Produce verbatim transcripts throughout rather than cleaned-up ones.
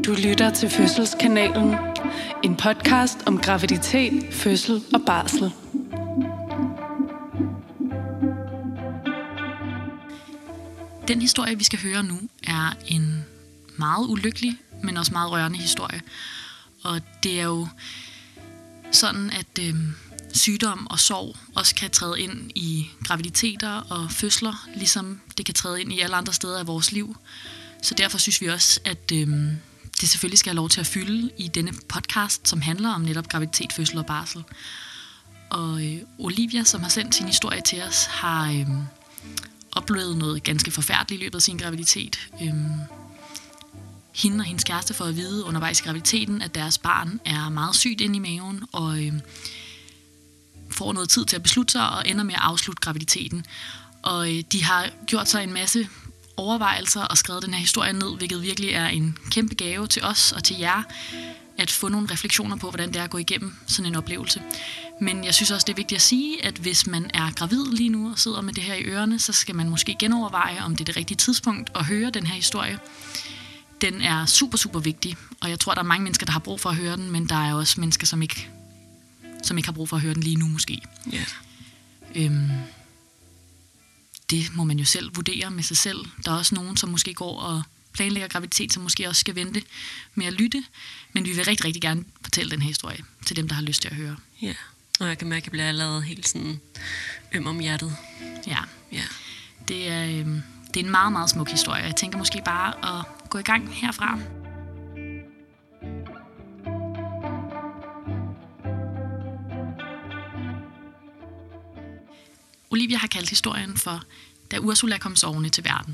Du lytter til Fødselskanalen, en podcast om graviditet, fødsel og barsel. Den historie, vi skal høre nu, er en meget ulykkelig, men også meget rørende historie. Og det er jo sådan, at øh, sygdom og sorg også kan træde ind i graviditeter og fødsler, ligesom det kan træde ind i alle andre steder af vores liv. Så derfor synes vi også, at øh, det selvfølgelig skal have lov til at fylde i denne podcast, som handler om netop graviditet, fødsel og barsel. Og øh, Olivia, som har sendt sin historie til os, har øh, oplevet noget ganske forfærdeligt i løbet af sin graviditet. Øh, hende og hendes kæreste får at vide undervejs i graviditeten, at deres barn er meget sygt inde i maven, og øh, får noget tid til at beslutte sig og ender med at afslutte graviditeten. Og øh, de har gjort sig en masse overvejelser og skrevet den her historie ned, hvilket virkelig er en kæmpe gave til os og til jer, at få nogle refleksioner på, hvordan det er at gå igennem sådan en oplevelse. Men jeg synes også, det er vigtigt at sige, at hvis man er gravid lige nu og sidder med det her i ørerne, så skal man måske genoverveje, om det er det rigtige tidspunkt at høre den her historie. Den er super, super vigtig, og jeg tror, der er mange mennesker, der har brug for at høre den, men der er også mennesker, som ikke, som ikke har brug for at høre den lige nu måske. Yeah. Øhm, det må man jo selv vurdere med sig selv. Der er også nogen, som måske går og planlægger graviditet, som måske også skal vente med at lytte. Men vi vil rigtig, rigtig gerne fortælle den her historie til dem, der har lyst til at høre. Ja, yeah. Og jeg kan mærke, at jeg bliver allerede helt sådan øm om hjertet. Ja, Ja. det er, øhm, det er en meget, meget smuk historie. Jeg tænker måske bare at gå i gang herfra. Olivia har kaldt historien for Da Ursula kom sovende til verden.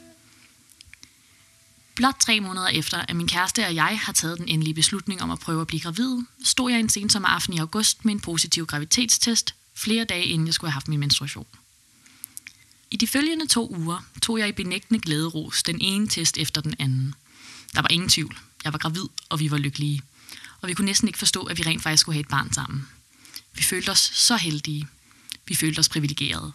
Blot tre måneder efter, at min kæreste og jeg har taget den endelige beslutning om at prøve at blive gravid, stod jeg en sensommer aften i august med en positiv graviditetstest, flere dage inden jeg skulle have haft min menstruation. I de følgende to uger tog jeg i benægtende glæderos den ene test efter den anden. Der var ingen tvivl. Jeg var gravid, og vi var lykkelige. Og vi kunne næsten ikke forstå, at vi rent faktisk skulle have et barn sammen. Vi følte os så heldige. Vi følte os privilegerede.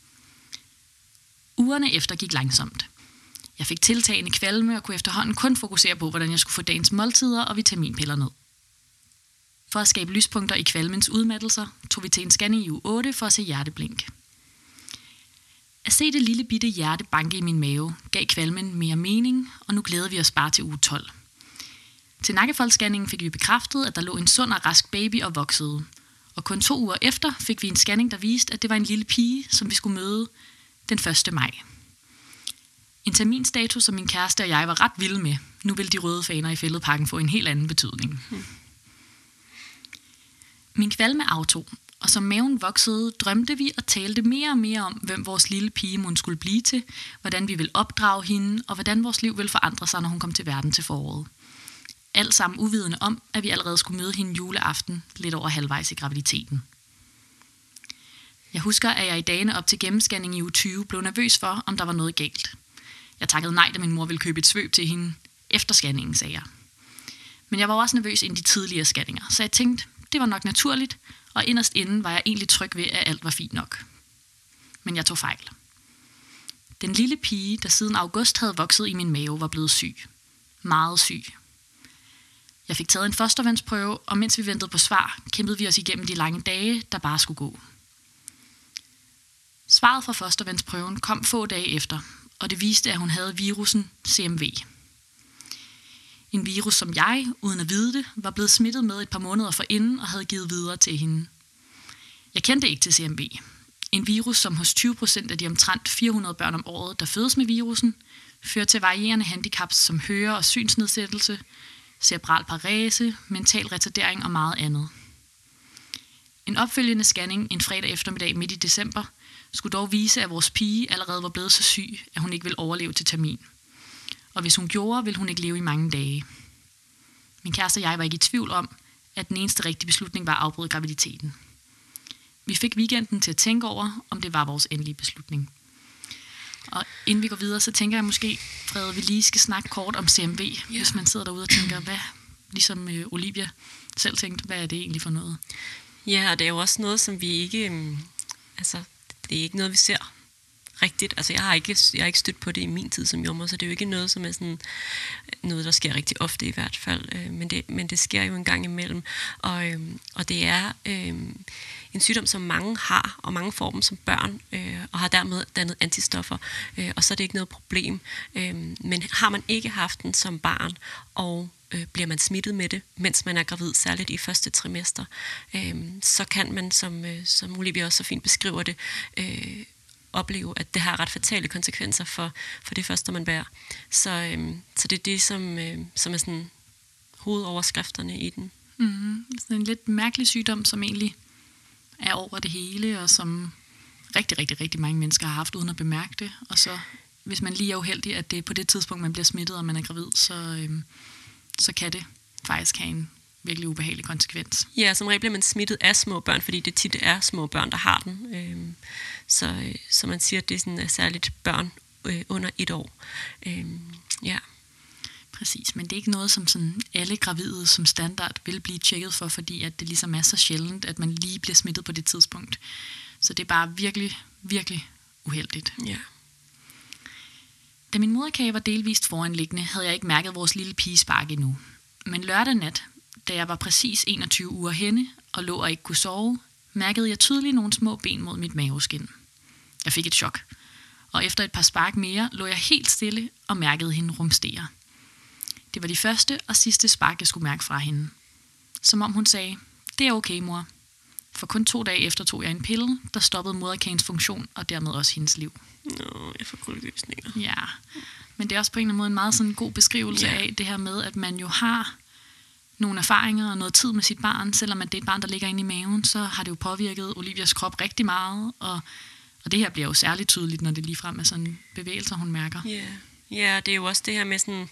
Ugerne efter gik langsomt. Jeg fik tiltagende kvalme og kunne efterhånden kun fokusere på, hvordan jeg skulle få dagens måltider og vitaminpiller ned. For at skabe lyspunkter i kvalmens udmattelser, tog vi til en scanning i uge otte for at se hjerteblink. At se det lille bitte hjerte banke i min mave gav kvalmen mere mening, og nu glæder vi os bare til uge tolv. Til nakkefoldsscanningen fik vi bekræftet, at der lå en sund og rask baby og voksede. Og kun to uger efter fik vi en scanning, der viste, at det var en lille pige, som vi skulle møde den første maj. En terminstatus, som min kæreste og jeg var ret vilde med. Nu vil de røde faner i fældeparken få en helt anden betydning. Hmm. Min kvalme aftog, og som maven voksede, drømte vi og talte mere og mere om, hvem vores lille pige mon skulle blive til, hvordan vi ville opdrage hende, og hvordan vores liv ville forandre sig, når hun kom til verden til foråret. Alt sammen uvidende om, at vi allerede skulle møde hende juleaften, lidt over halvvejs i graviditeten. Jeg husker, at jeg i dagene op til gennemscanning i uge tyve blev nervøs for, om der var noget galt. Jeg takkede nej, da min mor ville købe et svøb til hende efter scanningen, sagde jeg. Men jeg var også nervøs inden de tidligere scanninger, så jeg tænkte, det var nok naturligt, og inderst inden var jeg egentlig tryg ved, at alt var fint nok. Men jeg tog fejl. Den lille pige, der siden august havde vokset i min mave, var blevet syg. Meget syg. Jeg fik taget en fostervandsprøve, og mens vi ventede på svar, kæmpede vi os igennem de lange dage, der bare skulle gå. Svaret fra fostervandsprøven kom få dage efter, og det viste, at hun havde virussen C M V. En virus, som jeg, uden at vide det, var blevet smittet med et par måneder forinden og havde givet videre til hende. Jeg kendte ikke til C M V. En virus, som hos tyve procent af de omtrent fire hundrede børn om året, der fødes med virusen, fører til varierende handicaps som høre- og synsnedsættelse, cerebral parese, mental retardering og meget andet. En opfølgende scanning en fredag eftermiddag midt i december skulle dog vise, at vores pige allerede var blevet så syg, at hun ikke ville overleve til termin. Og hvis hun gjorde, ville hun ikke leve i mange dage. Min kæreste og jeg var ikke i tvivl om, at den eneste rigtige beslutning var at afbryde graviditeten. Vi fik weekenden til at tænke over, om det var vores endelige beslutning. Og inden vi går videre, så tænker jeg måske, Frede, vi lige skal snakke kort om C M V, yeah. Hvis man sidder derude og tænker, hvad, ligesom øh, Olivia selv tænkte, hvad er det egentlig for noget? Ja, og det er jo også noget, som vi ikke, øh, altså, det er ikke noget, vi ser rigtigt. Altså, jeg har ikke, jeg har ikke stødt på det i min tid som jordemoder, så det er jo ikke noget, som er sådan noget, der sker rigtig ofte i hvert fald. Men det, men det sker jo en gang imellem. Og, og det er øh, en sygdom, som mange har, og mange får dem som børn, øh, og har dermed dannet antistoffer. Øh, og så er det ikke noget problem. Øh, men har man ikke haft den som barn, og øh, bliver man smittet med det, mens man er gravid, særligt i første trimester, øh, så kan man, som, øh, som Olivia også så fint beskriver det, øh, opleve, at det har ret fatale konsekvenser for, for det første, man bærer. Så, øhm, så det er det, som, øh, som er sådan hovedoverskrifterne i den. Mm-hmm. Det er en lidt mærkelig sygdom, som egentlig er over det hele, og som rigtig, rigtig, rigtig mange mennesker har haft, uden at bemærke det. Og så, hvis man lige er uheldig, at det er på det tidspunkt, man bliver smittet, og man er gravid, så, øhm, så kan det faktisk have en virkelig ubehagelig konsekvens. Ja, som regel bliver man smittet af små børn, fordi det tit er små børn, der har den. Øhm, så, øh, så man siger, at det er sådan, er særligt børn øh, under et år. Øhm, ja. Præcis, men det er ikke noget, som sådan alle gravide som standard vil blive tjekket for, fordi at det ligesom er så sjældent, at man lige bliver smittet på det tidspunkt. Så det er bare virkelig, virkelig uheldigt. Ja. Da min moderkage var delvist foranliggende, havde jeg ikke mærket vores lille pigespark endnu. Men lørdag nat, da jeg var præcis enogtyve uger henne og lå og ikke kunne sove, mærkede jeg tydeligt nogle små ben mod mit maveskin. Jeg fik et chok, og efter et par spark mere lå jeg helt stille og mærkede hende rumstere. Det var de første og sidste spark, jeg skulle mærke fra hende. Som om hun sagde, det er okay, mor. For kun to dage efter tog jeg en pille, der stoppede moderkagens funktion og dermed også hendes liv. Nå, jeg får kuldegysninger. Ja, men det er også på en eller anden måde en meget sådan god beskrivelse Ja. af det her med, at man jo har nogle erfaringer og noget tid med sit barn. Selvom at det er et barn, der ligger inde i maven, så har det jo påvirket Olivias krop rigtig meget. Og, og det her bliver jo særligt tydeligt, når det ligefrem er sådan bevægelser, hun mærker. Ja, ja, det er jo også det her med sådan...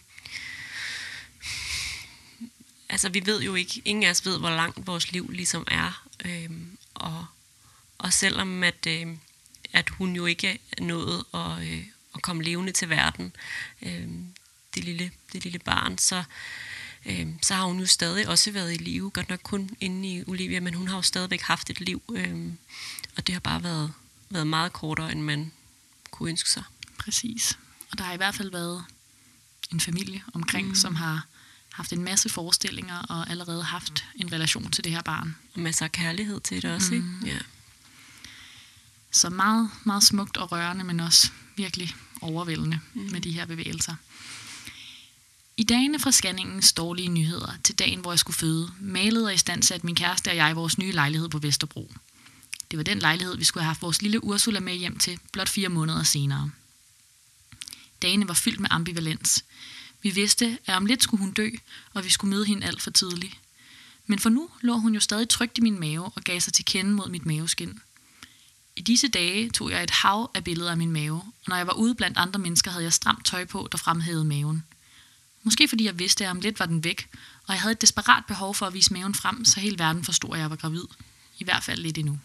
Altså, vi ved jo ikke, ingen af os ved, hvor langt vores liv ligesom er. Øhm, og, og selvom at, øh, at hun jo ikke er nået at, øh, at komme levende til verden, øh, det, lille, det lille barn, så, øh, så har hun jo stadig også været i live. Godt nok kun inde i Olivia, men hun har jo stadigvæk haft et liv. Øh, og det har bare været, været meget kortere, end man kunne ønske sig. Præcis. Og der har i hvert fald været en familie omkring, mm. som har haft en masse forestillinger og allerede haft en relation til det her barn. Og masser af kærlighed til det også, Mm. ikke? Ja. Så meget, meget smukt og rørende, men også virkelig overvældende mm. med de her bevægelser. I dagene fra scanningens dårlige nyheder til dagen, hvor jeg skulle føde, malede og istandsatte min kæreste og jeg vores nye lejlighed på Vesterbro. Det var den lejlighed, vi skulle have haft vores lille Ursula med hjem til, blot fire måneder senere. Dagene var fyldt med ambivalens. Vi vidste, at om lidt skulle hun dø, og vi skulle møde hende alt for tidligt. Men for nu lå hun jo stadig trygt i min mave og gav sig til kende mod mit maveskin. I disse dage tog jeg et hav af billeder af min mave, og når jeg var ude blandt andre mennesker, havde jeg stramt tøj på, der fremhævede maven. Måske fordi jeg vidste, at om lidt var den væk, og jeg havde et desperat behov for at vise maven frem, så hele verden forstod, at jeg var gravid. I hvert fald lidt endnu.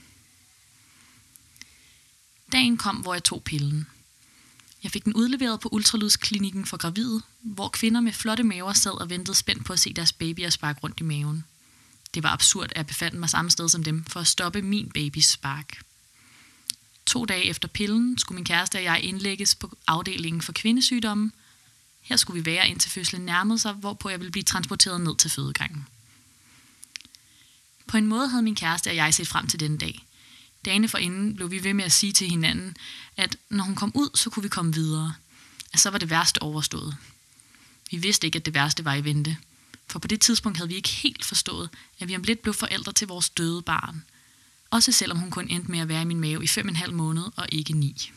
Dagen kom, hvor jeg tog pillen. Jeg fik den udleveret på ultralydsklinikken for gravide, hvor kvinder med flotte maver sad og ventede spændt på at se deres babyer sparke rundt i maven. Det var absurd, at jeg befandt mig samme sted som dem for at stoppe min babys spark. To dage efter pillen skulle min kæreste og jeg indlægges på afdelingen for kvindesygdomme. Her skulle vi være, indtil fødslen nærmede sig, hvorpå jeg ville blive transporteret ned til fødegangen. På en måde havde min kæreste og jeg set frem til denne dag. Dagene forinden blev vi ved med at sige til hinanden, at når hun kom ud, så kunne vi komme videre. At så var det værste overstået. Vi vidste ikke, at det værste var i vente. For på det tidspunkt havde vi ikke helt forstået, at vi om lidt blev forældre til vores døde barn. Også selvom hun kun endte med at være i min mave i fem og en halv måned og ikke ni.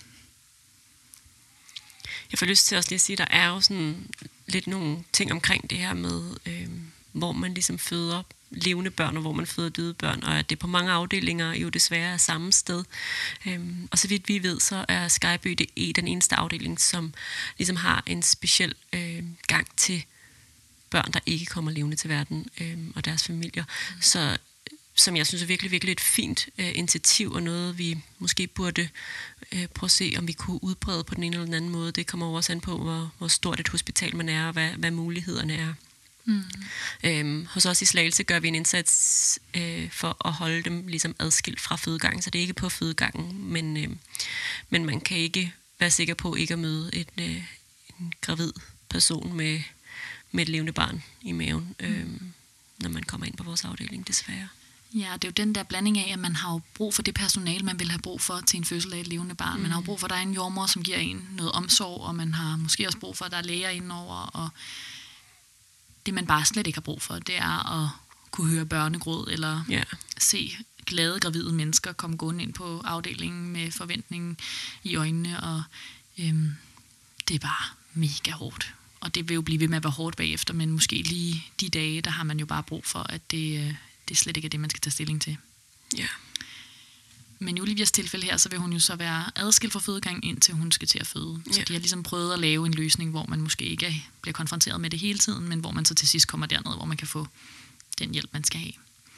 Jeg får lyst til også lige at sige, at der er jo sådan lidt nogle ting omkring det her med, øh, hvor man ligesom føder levende børn, og hvor man føder døde børn, og at det på mange afdelinger jo desværre er samme sted. Øhm, og så vidt vi ved, så er Skyby det er den eneste afdeling, som ligesom har en speciel øh, gang til børn, der ikke kommer levende til verden, øh, og deres familier. Mm. Så som jeg synes er virkelig, virkelig et fint øh, initiativ, og noget, vi måske burde øh, prøve at se, om vi kunne udbrede på den ene eller den anden måde. Det kommer også an på, hvor, hvor stort et hospital man er, og hvad, hvad mulighederne er. Mm. Øhm, hos os i Slagelse gør vi en indsats øh, for at holde dem ligesom adskilt fra fødegangen, så det er ikke på fødegangen, men, øh, men man kan ikke være sikker på ikke at møde et, øh, en gravid person med, med et levende barn i maven, øh, mm. når man kommer ind på vores afdeling, desværre. Ja, det er jo den der blanding af, at man har jo brug for det personale, man vil have brug for til en fødsel af et levende barn. Mm. Man har jo brug for, at der er en jordemoder, som giver en noget omsorg, og man har måske også brug for, at der er læger indenover, og det, man bare slet ikke har brug for, det er at kunne høre børnegråd, eller yeah. se glade, gravide mennesker komme gående ind på afdelingen med forventningen i øjnene, og øhm, det er bare mega hårdt. Og det vil jo blive ved med at være hårdt bagefter, men måske lige de dage, der har man jo bare brug for, at det, det slet ikke er det, man skal tage stilling til. Ja. Yeah. Men i Olivias tilfælde her, så vil hun jo så være adskilt fra fødegangen, indtil hun skal til at føde. Så yeah. de har ligesom prøvet at lave en løsning, hvor man måske ikke bliver konfronteret med det hele tiden, men hvor man så til sidst kommer derned, hvor man kan få den hjælp, man skal have.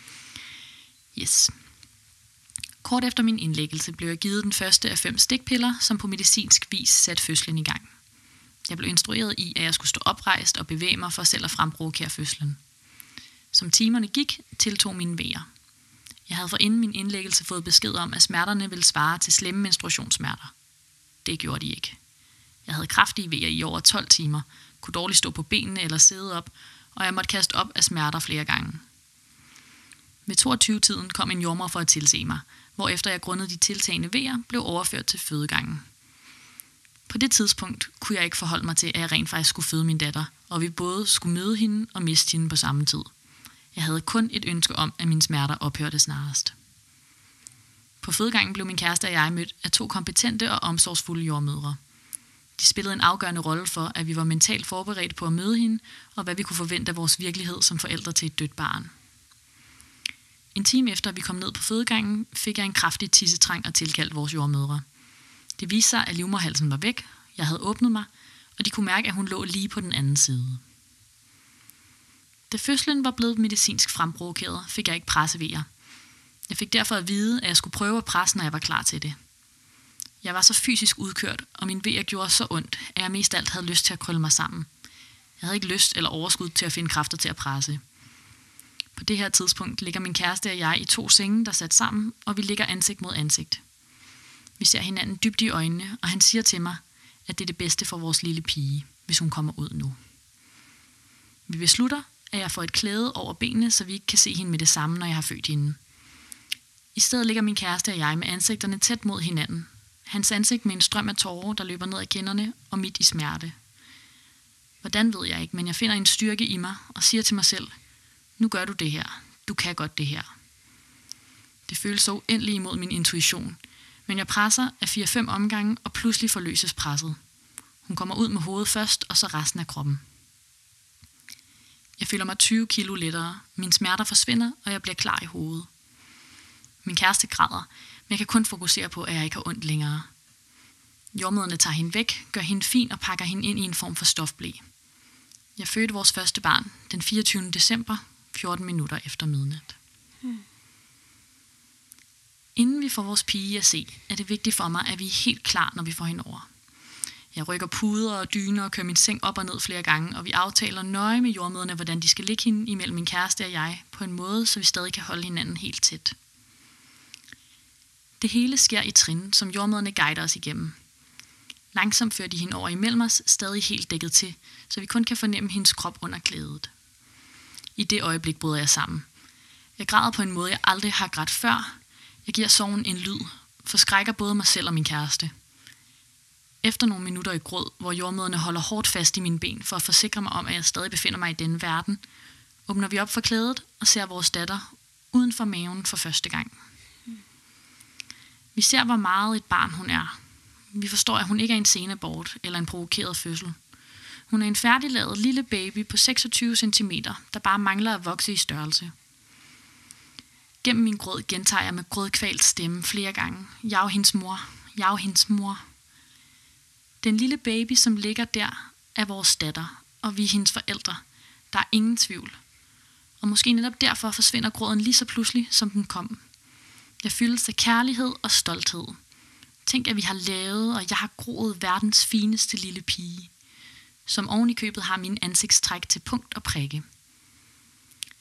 Yes. Kort efter min indlæggelse blev jeg givet den første af fem stikpiller, som på medicinsk vis satte fødslen i gang. Jeg blev instrueret i, at jeg skulle stå oprejst og bevæge mig for selv at fremprovokere fødslen. Som timerne gik, tiltog mine vejer. Jeg havde forinden min indlæggelse fået besked om, at smerterne ville svare til slemme menstruationssmerter. Det gjorde de ikke. Jeg havde kraftige vejer i over tolv timer, kunne dårligt stå på benene eller sidde op, og jeg måtte kaste op af smerter flere gange. Ved toogtyve-tiden kom en jordemoder for at tilse mig, hvorefter jeg grundet de tiltagende vejer blev overført til fødegangen. På det tidspunkt kunne jeg ikke forholde mig til, at jeg rent faktisk skulle føde min datter, og vi både skulle møde hende og miste hende på samme tid. Jeg havde kun et ønske om, at mine smerter ophørte snarest. På fødegangen blev min kæreste og jeg mødt af to kompetente og omsorgsfulde jordmødre. De spillede en afgørende rolle for, at vi var mentalt forberedt på at møde hende, og hvad vi kunne forvente af vores virkelighed som forældre til et dødt barn. En time efter vi kom ned på fødegangen, fik jeg en kraftig tissetrang og tilkaldt vores jordmødre. Det viste sig, at livmoderhalsen var væk, jeg havde åbnet mig, og de kunne mærke, at hun lå lige på den anden side. Da fødslen var blevet medicinsk fremprovokeret, fik jeg ikke pressevejer. Jeg fik derfor at vide, at jeg skulle prøve at presse, når jeg var klar til det. Jeg var så fysisk udkørt, og mine vejer gjorde så ondt, at jeg mest alt havde lyst til at krølle mig sammen. Jeg havde ikke lyst eller overskud til at finde kræfter til at presse. På det her tidspunkt ligger min kæreste og jeg i to senge, der er sat sammen, og vi ligger ansigt mod ansigt. Vi ser hinanden dybt i øjnene, og han siger til mig, at det er det bedste for vores lille pige, hvis hun kommer ud nu. Vi beslutter, at jeg får et klæde over benene, så vi ikke kan se hende med det samme, når jeg har født hende. I stedet ligger min kæreste og jeg med ansigterne tæt mod hinanden. Hans ansigt med en strøm af tårer, der løber ned ad kinderne, og midt i smerte. Hvordan ved jeg ikke, men jeg finder en styrke i mig og siger til mig selv, nu gør du det her. Du kan godt det her. Det føles så uendeligt imod min intuition, men jeg presser af fire fem omgange, og pludselig forløses presset. Hun kommer ud med hovedet først, og så resten af kroppen. Jeg føler mig tyve kilo lettere, mine smerter forsvinder, og jeg bliver klar i hovedet. Min kæreste græder, men jeg kan kun fokusere på, at jeg ikke har ondt længere. Jordmødrene tager hende væk, gør hende fin og pakker hende ind i en form for stofble. Jeg fødte vores første barn den fireogtyvende december, fjorten minutter efter midnat. Hmm. Inden vi får vores pige at se, er det vigtigt for mig, at vi er helt klar, når vi får hende over. Jeg rykker puder og dyner og kører min seng op og ned flere gange, og vi aftaler nøje med jordmødrene, hvordan de skal ligge hende imellem min kæreste og jeg, på en måde, så vi stadig kan holde hinanden helt tæt. Det hele sker i trin, som jordmødrene guider os igennem. Langsomt fører de hende over imellem os, stadig helt dækket til, så vi kun kan fornemme hendes krop under klædet. I det øjeblik bryder jeg sammen. Jeg græder på en måde, jeg aldrig har grædt før. Jeg giver sorgen en lyd, forskrækker både mig selv og min kæreste. Efter nogle minutter i gråd, hvor jordmødrene holder hårdt fast i mine ben for at forsikre mig om, at jeg stadig befinder mig i denne verden, åbner vi op for klædet og ser vores datter uden for maven for første gang. Vi ser, hvor meget et barn hun er. Vi forstår, at hun ikke er en senabort eller en provokeret fødsel. Hun er en færdiglavet lille baby på seksogtyve centimeter, der bare mangler at vokse i størrelse. Gennem min gråd gentager jeg med grådkvalt stemme flere gange. Jeg er hendes mor. Jeg er hendes mor. Den lille baby, som ligger der, er vores datter, og vi er hendes forældre. Der er ingen tvivl. Og måske netop derfor forsvinder gråden lige så pludselig, som den kom. Jeg fyldes af kærlighed og stolthed. Tænk, at vi har lavet, og jeg har groet verdens fineste lille pige, som oven i købet har min ansigtstræk til punkt og prikke.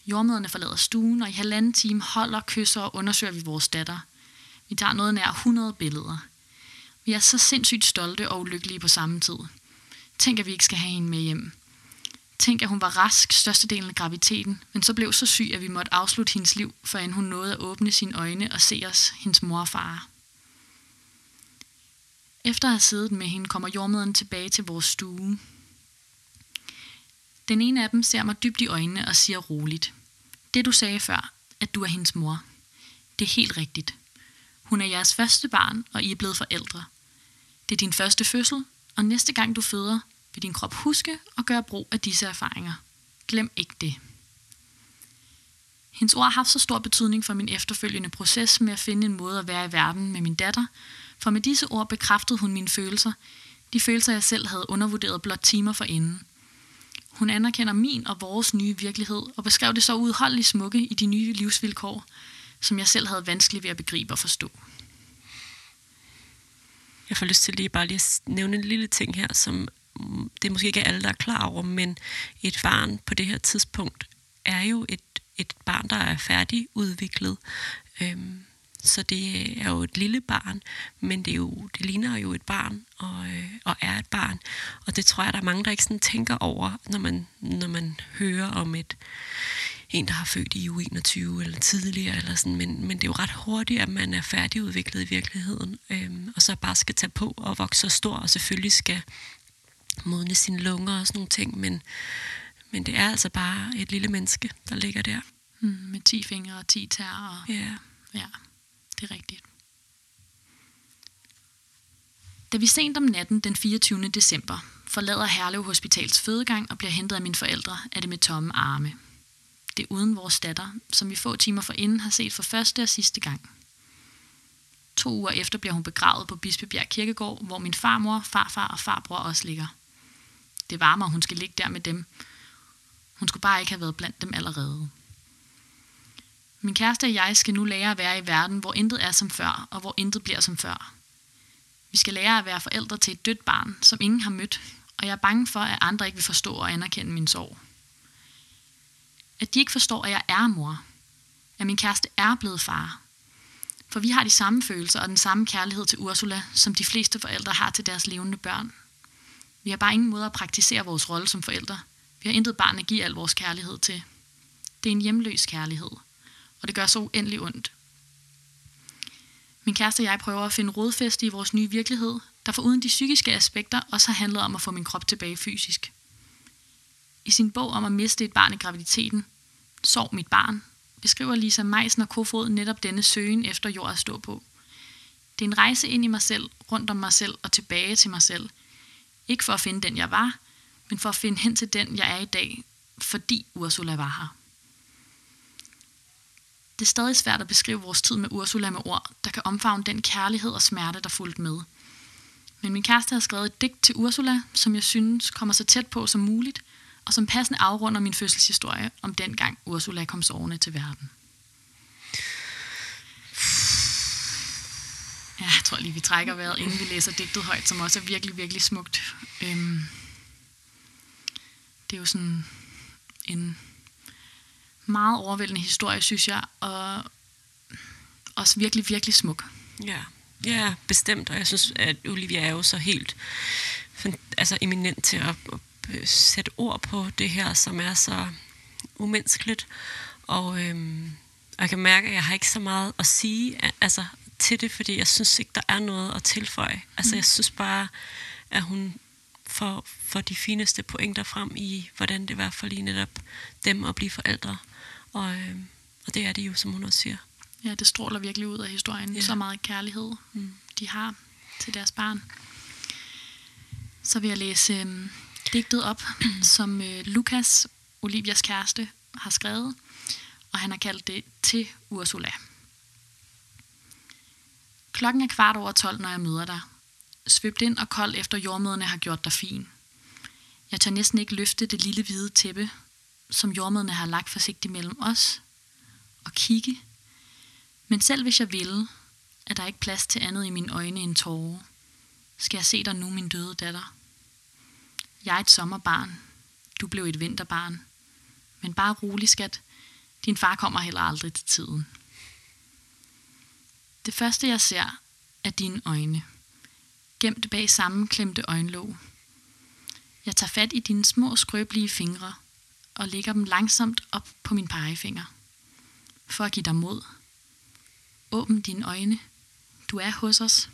Jordemødrene forlader stuen, og i halvanden time holder, kysser og undersøger vi vores datter. Vi tager noget nær hundrede billeder. Vi er så sindssygt stolte og ulykkelige på samme tid. Tænk, at vi ikke skal have hende med hjem. Tænk, at hun var rask størstedelen af graviditeten, men så blev så syg, at vi måtte afslutte hendes liv, før hun nåede at åbne sine øjne og se os, hendes mor og far. Efter at have siddet med hende, kommer jordemødrene tilbage til vores stue. Den ene af dem ser mig dybt i øjnene og siger roligt: det du sagde før, at du er hendes mor. Det er helt rigtigt. Hun er jeres første barn, og I er blevet forældre. Det er din første fødsel, og næste gang du føder, vil din krop huske og gøre brug af disse erfaringer. Glem ikke det. Hendes ord har haft så stor betydning for min efterfølgende proces med at finde en måde at være i verden med min datter, for med disse ord bekræftede hun mine følelser, de følelser jeg selv havde undervurderet blot timer forinden. Hun anerkender min og vores nye virkelighed og beskrev det så udholdeligt smukke i de nye livsvilkår, som jeg selv havde vanskeligt ved at begribe og forstå. Jeg får lyst til lige bare lige at nævne en lille ting her, som det er måske ikke alle, der er klar over, men et barn på det her tidspunkt er jo et, et barn, der er færdigudviklet. Øhm, så det er jo et lille barn, men det, er jo, det ligner jo et barn og, øh, og er et barn. Og det tror jeg, der er mange, der ikke sådan tænker over, når man, når man hører om et en, der har født i uge enogtyve eller tidligere. Eller sådan. Men, men det er jo ret hurtigt, at man er færdigudviklet i virkeligheden, øhm, og så bare skal tage på og vokse så stor, og selvfølgelig skal modne sine lunger og sådan nogle ting, men, men det er altså bare et lille menneske, der ligger der. Mm, med ti fingre og ti tær. Og ja. ja, det er rigtigt. Da vi sent om natten den fireogtyvende december forlader Herlev Hospitals fødegang og bliver hentet af mine forældre, er det med tomme arme. Det er uden vores datter, som vi få timer forinden har set for første og sidste gang. To uger efter bliver hun begravet på Bispebjerg Kirkegård, hvor min farmor, farfar og farbror også ligger. Det varmer, hun skal ligge der med dem. Hun skulle bare ikke have været blandt dem allerede. Min kæreste og jeg skal nu lære at være i verden, hvor intet er som før, og hvor intet bliver som før. Vi skal lære at være forældre til et dødt barn, som ingen har mødt, og jeg er bange for, at andre ikke vil forstå og anerkende min sorg. At de ikke forstår, at jeg er mor. At min kæreste er blevet far. For vi har de samme følelser og den samme kærlighed til Ursula, som de fleste forældre har til deres levende børn. Vi har bare ingen måde at praktisere vores rolle som forældre. Vi har intet barn at give al vores kærlighed til. Det er en hjemløs kærlighed, og det gør så uendelig ondt. Min kæreste og jeg prøver at finde rodfæste i vores nye virkelighed, der foruden de psykiske aspekter også har handlet om at få min krop tilbage fysisk. I sin bog om at miste et barn i graviditeten, Sorg mit barn, beskriver Lisa Meisner Kofod netop denne søgen efter jord at stå på. Det er en rejse ind i mig selv, rundt om mig selv og tilbage til mig selv. Ikke for at finde den, jeg var, men for at finde hen til den, jeg er i dag, fordi Ursula var her. Det er stadig svært at beskrive vores tid med Ursula med ord, der kan omfavne den kærlighed og smerte, der fulgte med. Men min kæreste har skrevet et digt til Ursula, som jeg synes kommer så tæt på som muligt, og som passende afrunder min fødselshistorie om dengang Ursula kom sovende til verden. Ja, jeg tror lige, vi trækker vejret, inden vi læser digtet højt, som også er virkelig, virkelig smukt. Øhm, det er jo sådan en meget overvældende historie, synes jeg, og også virkelig, virkelig smuk. Ja, ja, bestemt, og jeg synes, at Olivia er jo så helt altså eminent til at, at sætte ord på det her, som er så umenneskeligt, og øhm, jeg kan mærke, at jeg har ikke så meget at sige altså, til det, fordi jeg synes ikke, der er noget at tilføje. Altså, mm. jeg synes bare, at hun får, får de fineste pointer frem i, hvordan det var for lige netop dem at blive forældre. Og, øhm, og det er det jo, som hun også siger. Ja, det stråler virkelig ud af historien. Ja. Så meget kærlighed, mm. de har til deres barn. Så vil jeg læse øhm, digtet op, som øh, Lukas, Olivias kæreste, har skrevet, og han har kaldt det Til Ursula. Klokken er kvart over tolv, når jeg møder dig. Svøbt ind og kold efter jordmødrene har gjort dig fin. Jeg tør næsten ikke løfte det lille hvide tæppe, som jordmødrene har lagt forsigtigt mellem os, og kigge. Men selv hvis jeg ville, er der ikke plads til andet i mine øjne end tårer. Skal jeg se dig nu, min døde datter? Jeg er et sommerbarn. Du blev et vinterbarn. Men bare rolig, skat. Din far kommer heller aldrig til tiden. Det første, jeg ser, er dine øjne, gemt bag sammenklemte øjenlåg. Jeg tager fat i dine små skrøbelige fingre og lægger dem langsomt op på min pegefinger, for at give dig mod. Åbn dine øjne. Du er hos os.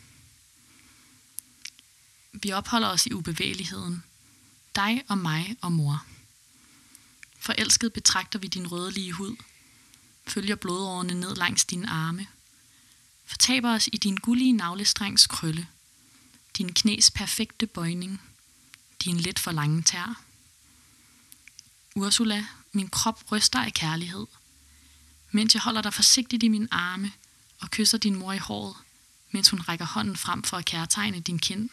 Vi opholder os i ubevægeligheden. Dig og mig og mor. Forelsket betragter vi din rødlige hud, følger blodårene ned langs dine arme, fortaber os i din gullige navlestrengs krølle, din knæs perfekte bøjning, din lidt for lange tær. Ursula, min krop ryster af kærlighed, mens jeg holder dig forsigtigt i mine arme og kysser din mor i håret, mens hun rækker hånden frem for at kærtegne din kind.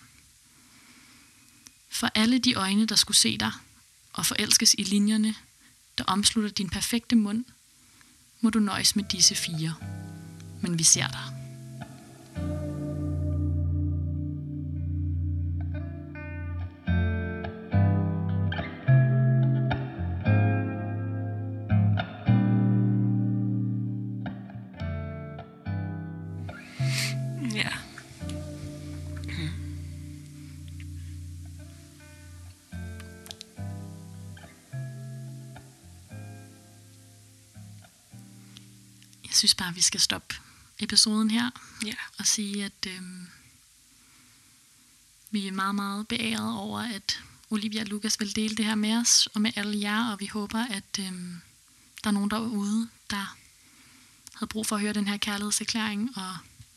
For alle de øjne, der skulle se dig og forelskes i linjerne, der omslutter din perfekte mund, må du nøjes med disse fire. Men vi ser dig. Ja. Jeg synes bare, vi skal stoppe episoden her Ja. og sige, at øhm, vi er meget, meget beæret over, at Olivia og Lukas vil dele det her med os og med alle jer, og vi håber, at øhm, der er nogen derude, der havde brug for at høre den her kærlighedserklæring, og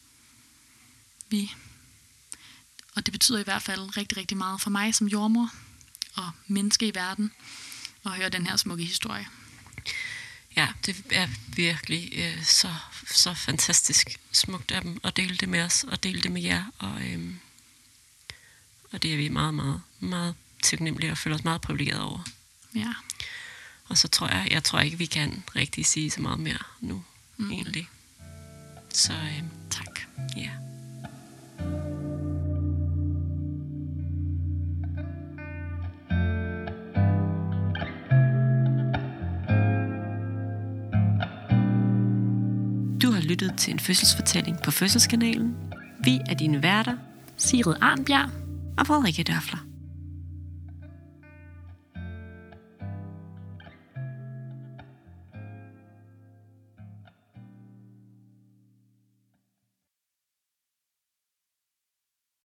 vi og det betyder i hvert fald rigtig, rigtig meget for mig som jordmor og menneske i verden at høre den her smukke historie. Ja, det er virkelig øh, så, så fantastisk smukt af dem at dele det med os og dele det med jer. Og, øhm, og det er vi meget, meget, meget taknemmelige og føler os meget privilegeret over. Ja. Og så tror jeg, jeg tror ikke, vi kan rigtig sige så meget mere nu, mm. egentlig. Så øhm, Tak. ja. Du har lyttet til en fødselsfortælling på Fødselskanalen. Vi er dine værter, Sigrid Arnbjerg og Frederikke Dørfler.